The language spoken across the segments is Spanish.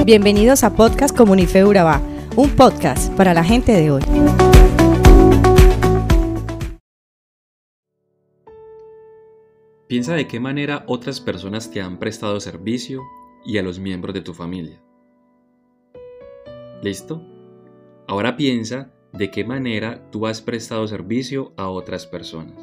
Bienvenidos a Podcast Comunife Urabá, un podcast para la gente de hoy. Piensa de qué manera otras personas te han prestado servicio y a los miembros de tu familia. ¿Listo? Ahora piensa de qué manera tú has prestado servicio a otras personas.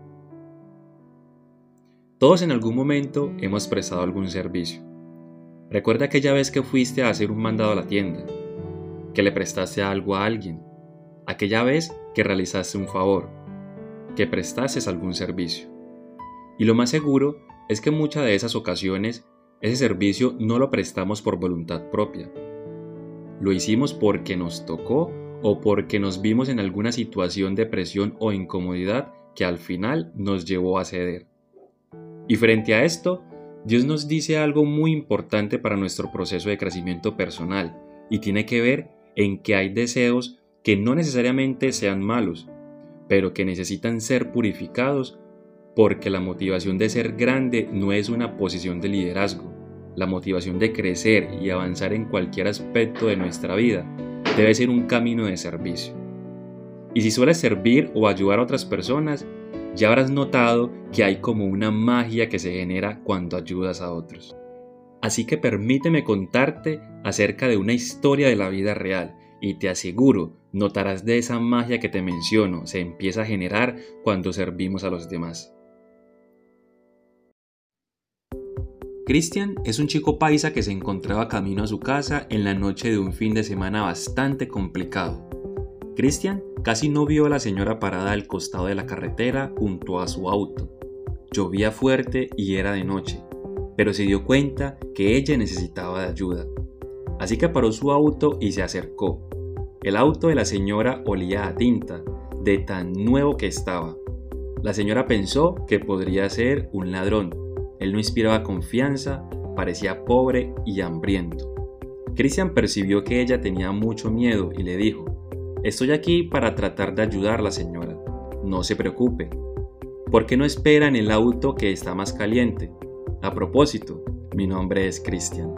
Todos en algún momento hemos prestado algún servicio. Recuerda aquella vez que fuiste a hacer un mandado a la tienda, que le prestaste algo a alguien, aquella vez que realizaste un favor, que prestaste algún servicio. Y lo más seguro es que en muchas de esas ocasiones ese servicio no lo prestamos por voluntad propia. Lo hicimos porque nos tocó o porque nos vimos en alguna situación de presión o incomodidad que al final nos llevó a ceder. Y frente a esto, Dios nos dice algo muy importante para nuestro proceso de crecimiento personal y tiene que ver en que hay deseos que no necesariamente sean malos, pero que necesitan ser purificados porque la motivación de ser grande no es una posición de liderazgo. La motivación de crecer y avanzar en cualquier aspecto de nuestra vida debe ser un camino de servicio. Y si sueles servir o ayudar a otras personas, ya habrás notado que hay como una magia que se genera cuando ayudas a otros. Así que permíteme contarte acerca de una historia de la vida real y te aseguro, notarás de esa magia que te menciono se empieza a generar cuando servimos a los demás. Cristian es un chico paisa que se encontraba camino a su casa en la noche de un fin de semana bastante complicado. Cristian casi no vio a la señora parada al costado de la carretera junto a su auto. Llovía fuerte y era de noche, pero se dio cuenta que ella necesitaba de ayuda. Así que paró su auto y se acercó. El auto de la señora olía a tinta, de tan nuevo que estaba. La señora pensó que podría ser un ladrón. Él no inspiraba confianza, parecía pobre y hambriento. Cristian percibió que ella tenía mucho miedo y le dijo: «Estoy aquí para tratar de ayudarla, señora. No se preocupe. ¿Por qué no espera en el auto que está más caliente? A propósito, mi nombre es Cristian».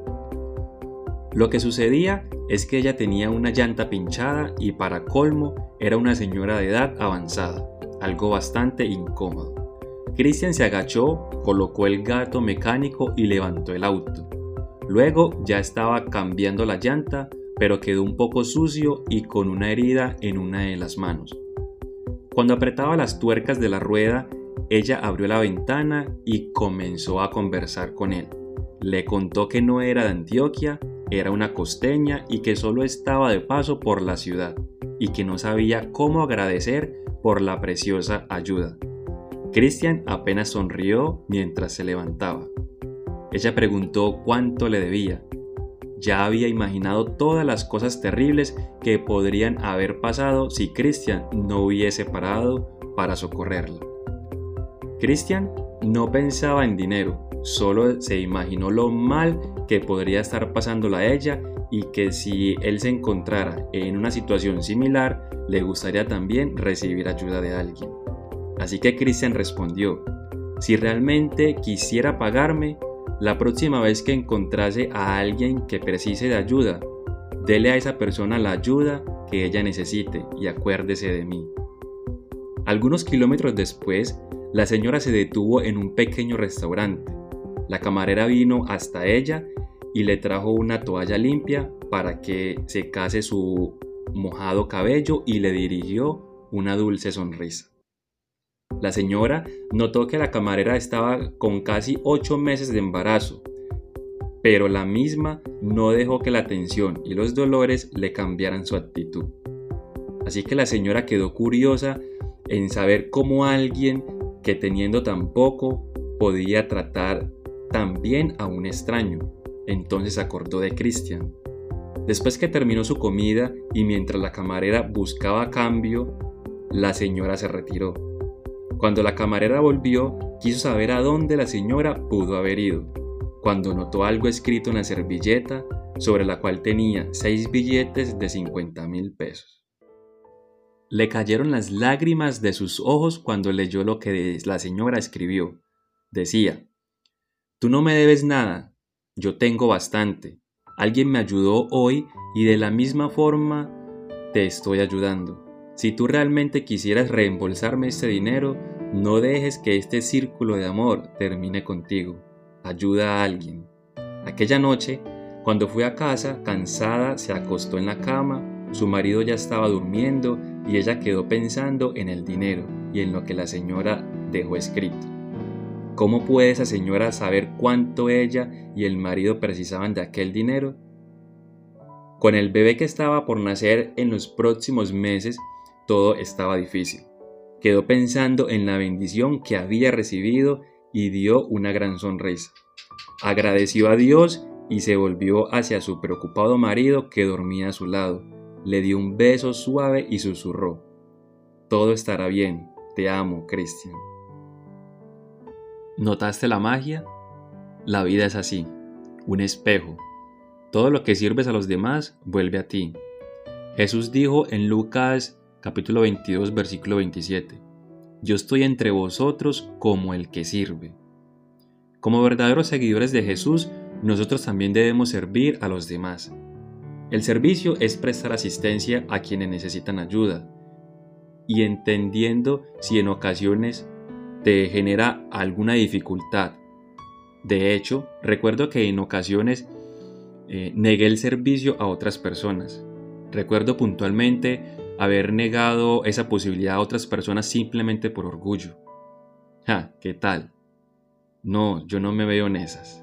Lo que sucedía es que ella tenía una llanta pinchada y para colmo era una señora de edad avanzada, algo bastante incómodo. Cristian se agachó, colocó el gato mecánico y levantó el auto. Luego ya estaba cambiando la llanta, pero quedó un poco sucio y con una herida en una de las manos. Cuando apretaba las tuercas de la rueda, ella abrió la ventana y comenzó a conversar con él. Le contó que no era de Antioquia, era una costeña y que solo estaba de paso por la ciudad y que no sabía cómo agradecer por la preciosa ayuda. Cristian apenas sonrió mientras se levantaba. Ella preguntó cuánto le debía. Ya había imaginado todas las cosas terribles que podrían haber pasado si Cristian no hubiese parado para socorrerla. Cristian no pensaba en dinero, solo se imaginó lo mal que podría estar pasándola a ella y que si él se encontrara en una situación similar, le gustaría también recibir ayuda de alguien. Así que Cristian respondió: «Si realmente quisiera pagarme, la próxima vez que encontrase a alguien que precise de ayuda, dele a esa persona la ayuda que ella necesite y acuérdese de mí». Algunos kilómetros después, la señora se detuvo en un pequeño restaurante. La camarera vino hasta ella y le trajo una toalla limpia para que secase su mojado cabello y le dirigió una dulce sonrisa. La señora notó que la camarera estaba con casi 8 meses de embarazo, pero la misma no dejó que la tensión y los dolores le cambiaran su actitud. Así que la señora quedó curiosa en saber cómo alguien que teniendo tan poco podía tratar tan bien a un extraño. Entonces acordó de Cristian. Después que terminó su comida y mientras la camarera buscaba cambio, la señora se retiró. Cuando la camarera volvió, quiso saber a dónde la señora pudo haber ido, cuando notó algo escrito en la servilleta sobre la cual tenía 6 billetes de 50,000 pesos. Le cayeron las lágrimas de sus ojos cuando leyó lo que la señora escribió. Decía: «Tú no me debes nada, yo tengo bastante, Alguien me ayudó hoy y de la misma forma te estoy ayudando. Si tú realmente quisieras reembolsarme este dinero, no dejes que este círculo de amor termine contigo. Ayuda a alguien. Aquella noche, cuando fui a casa, cansada, se acostó en la cama, su marido ya estaba durmiendo y ella quedó pensando en el dinero y en lo que la señora dejó escrito. ¿Cómo puede esa señora saber cuánto ella y el marido precisaban de aquel dinero? Con el bebé que estaba por nacer en los próximos meses, todo estaba difícil. Quedó pensando en la bendición que había recibido y dio una gran sonrisa. Agradeció a Dios y se volvió hacia su preocupado marido que dormía a su lado. Le dio un beso suave y susurró: todo estará bien, te amo, Christian. ¿Notaste la magia? La vida es así, un espejo. Todo lo que sirves a los demás vuelve a ti. Jesús dijo en Lucas capítulo 22, versículo 27, yo estoy entre vosotros como el que sirve. Como verdaderos seguidores de Jesús, nosotros también debemos servir a los demás. El servicio es prestar asistencia a quienes necesitan ayuda y entendiendo si en ocasiones te genera alguna dificultad. De hecho, recuerdo que en ocasiones negué el servicio a otras personas. Recuerdo puntualmente haber negado esa posibilidad a otras personas simplemente por orgullo. ¿Qué tal? No, yo no me veo en esas.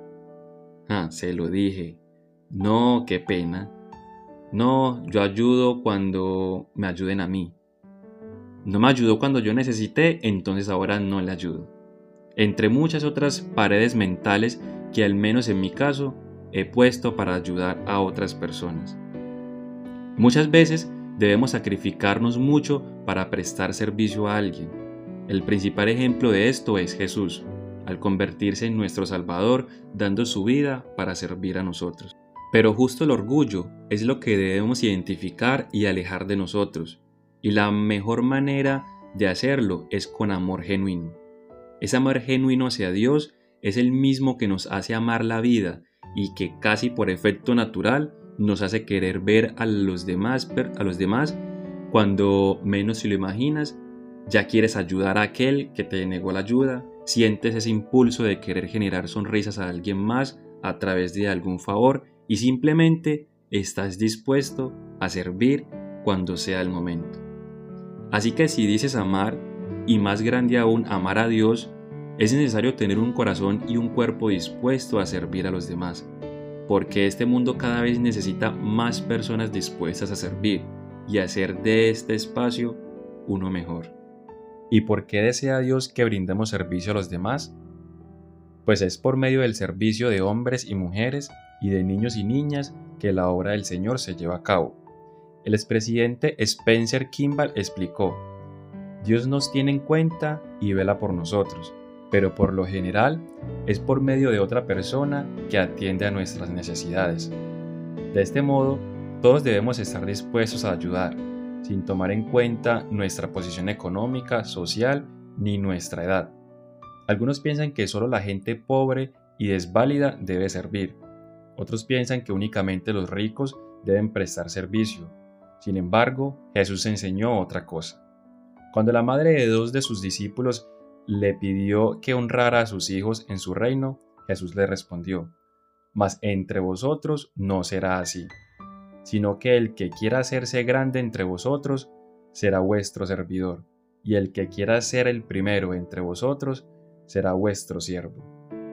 Se lo dije. No, qué pena. No, yo ayudo cuando me ayuden a mí. No me ayudó cuando yo necesité, entonces ahora no le ayudo. Entre muchas otras paredes mentales que al menos en mi caso he puesto para ayudar a otras personas. Muchas veces debemos sacrificarnos mucho para prestar servicio a alguien. El principal ejemplo de esto es Jesús, al convertirse en nuestro Salvador, dando su vida para servir a nosotros. Pero justo el orgullo es lo que debemos identificar y alejar de nosotros. Y la mejor manera de hacerlo es con amor genuino. Ese amor genuino hacia Dios es el mismo que nos hace amar la vida y que casi por efecto natural nos hace querer ver a los demás cuando menos si lo imaginas. Ya quieres ayudar a aquel que te negó la ayuda, sientes ese impulso de querer generar sonrisas a alguien más a través de algún favor y simplemente estás dispuesto a servir cuando sea el momento. Así que si dices amar, y más grande aún amar a Dios, es necesario tener un corazón y un cuerpo dispuesto a servir a los demás, porque este mundo cada vez necesita más personas dispuestas a servir y hacer de este espacio uno mejor. ¿Y por qué desea Dios que brindemos servicio a los demás? Pues es por medio del servicio de hombres y mujeres y de niños y niñas que la obra del Señor se lleva a cabo. El expresidente Spencer Kimball explicó: Dios nos tiene en cuenta y vela por nosotros, pero por lo general es por medio de otra persona que atiende a nuestras necesidades. De este modo, todos debemos estar dispuestos a ayudar, sin tomar en cuenta nuestra posición económica, social ni nuestra edad. Algunos piensan que solo la gente pobre y desválida debe servir. Otros piensan que únicamente los ricos deben prestar servicio. Sin embargo, Jesús enseñó otra cosa. Cuando la madre de 2 de sus discípulos le pidió que honrara a sus hijos en su reino, Jesús le respondió: mas entre vosotros no será así, sino que el que quiera hacerse grande entre vosotros será vuestro servidor, y el que quiera ser el primero entre vosotros será vuestro siervo.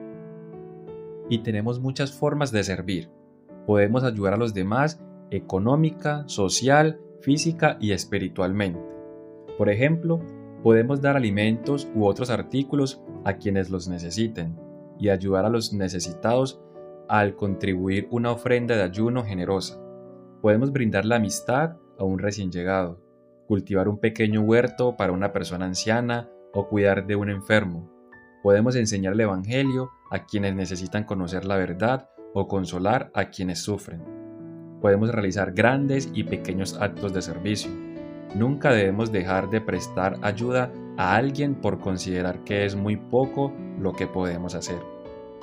Y tenemos muchas formas de servir. Podemos ayudar a los demás económica, social, física y espiritualmente. Por ejemplo, podemos dar alimentos u otros artículos a quienes los necesiten y ayudar a los necesitados al contribuir una ofrenda de ayuno generosa. Podemos brindar la amistad a un recién llegado, cultivar un pequeño huerto para una persona anciana o cuidar de un enfermo. Podemos enseñar el Evangelio a quienes necesitan conocer la verdad o consolar a quienes sufren. Podemos realizar grandes y pequeños actos de servicio. Nunca debemos dejar de prestar ayuda a alguien por considerar que es muy poco lo que podemos hacer.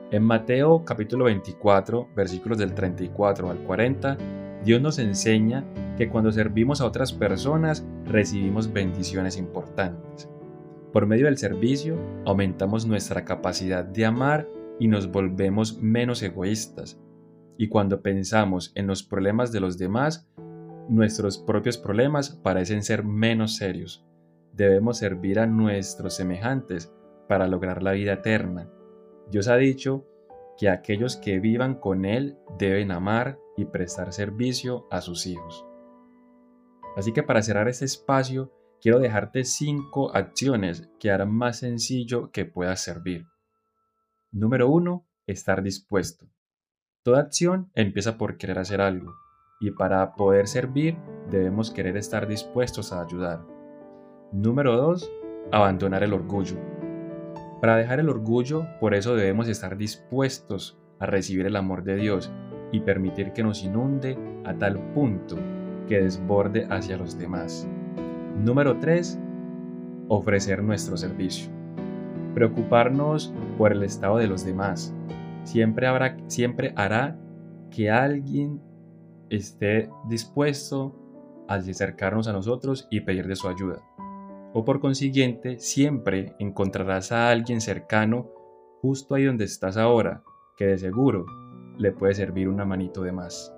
En Mateo capítulo 24, versículos del 34 al 40, Dios nos enseña que cuando servimos a otras personas recibimos bendiciones importantes. Por medio del servicio aumentamos nuestra capacidad de amar y nos volvemos menos egoístas. Y cuando pensamos en los problemas de los demás, nuestros propios problemas parecen ser menos serios. Debemos servir a nuestros semejantes para lograr la vida eterna. Dios ha dicho que aquellos que vivan con Él deben amar y prestar servicio a sus hijos. Así que para cerrar este espacio, quiero dejarte 5 acciones que harán más sencillo que puedas servir. Número 1. Estar dispuesto. Toda acción empieza por querer hacer algo, y para poder servir debemos querer estar dispuestos a ayudar. Número 2. Abandonar el orgullo. Para dejar el orgullo, por eso debemos estar dispuestos a recibir el amor de Dios y permitir que nos inunde a tal punto que desborde hacia los demás. Número 3. Ofrecer nuestro servicio. Preocuparnos por el estado de los demás siempre hará que alguien esté dispuesto a acercarnos a nosotros y pedir de su ayuda. O por consiguiente, siempre encontrarás a alguien cercano justo ahí donde estás ahora, que de seguro le puede servir una manito de más.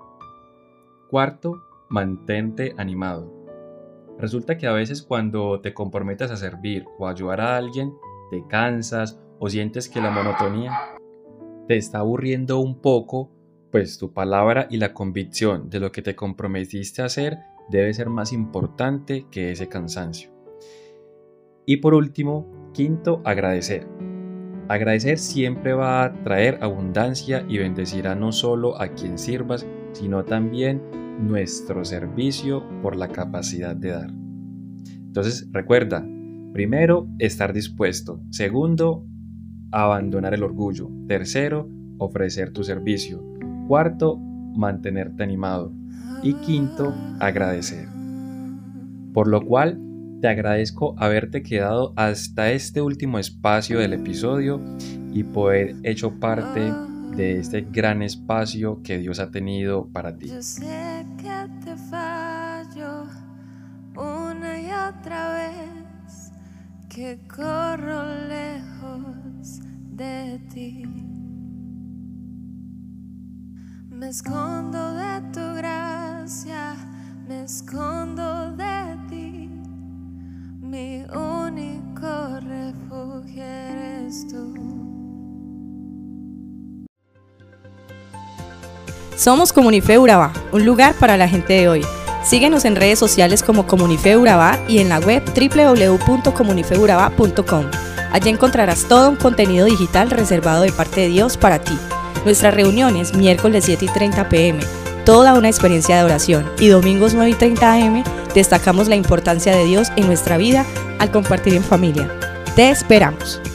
4. Mantente animado. Resulta que a veces cuando te comprometes a servir o ayudar a alguien, te cansas o sientes que la monotonía te está aburriendo un poco, pues tu palabra y la convicción de lo que te comprometiste a hacer debe ser más importante que ese cansancio. Y por último, 5. Agradecer. Agradecer siempre va a traer abundancia y bendecirá no solo a quien sirvas, sino también nuestro servicio por la capacidad de dar. Entonces recuerda, primero, estar dispuesto. Segundo, abandonar el orgullo. Tercero, ofrecer tu servicio. Cuarto, mantenerte animado. Y 5, agradecer. Por lo cual, te agradezco haberte quedado hasta este último espacio del episodio y poder hecho parte de este gran espacio que Dios ha tenido para ti. Yo sé que te fallo una y otra vez, que corro lejos de ti. Me escondo de tu gracia, me escondo de ti. Mi único refugio eres tú. Somos Comunife Urabá, un lugar para la gente de hoy. Síguenos en redes sociales como Comunife Urabá y en la web www.comunifeurabá.com. Allí encontrarás todo un contenido digital reservado de parte de Dios para ti. Nuestras reuniones miércoles 7:30 p.m., toda una experiencia de oración, y domingos 9:30 a.m. destacamos la importancia de Dios en nuestra vida al compartir en familia. Te esperamos.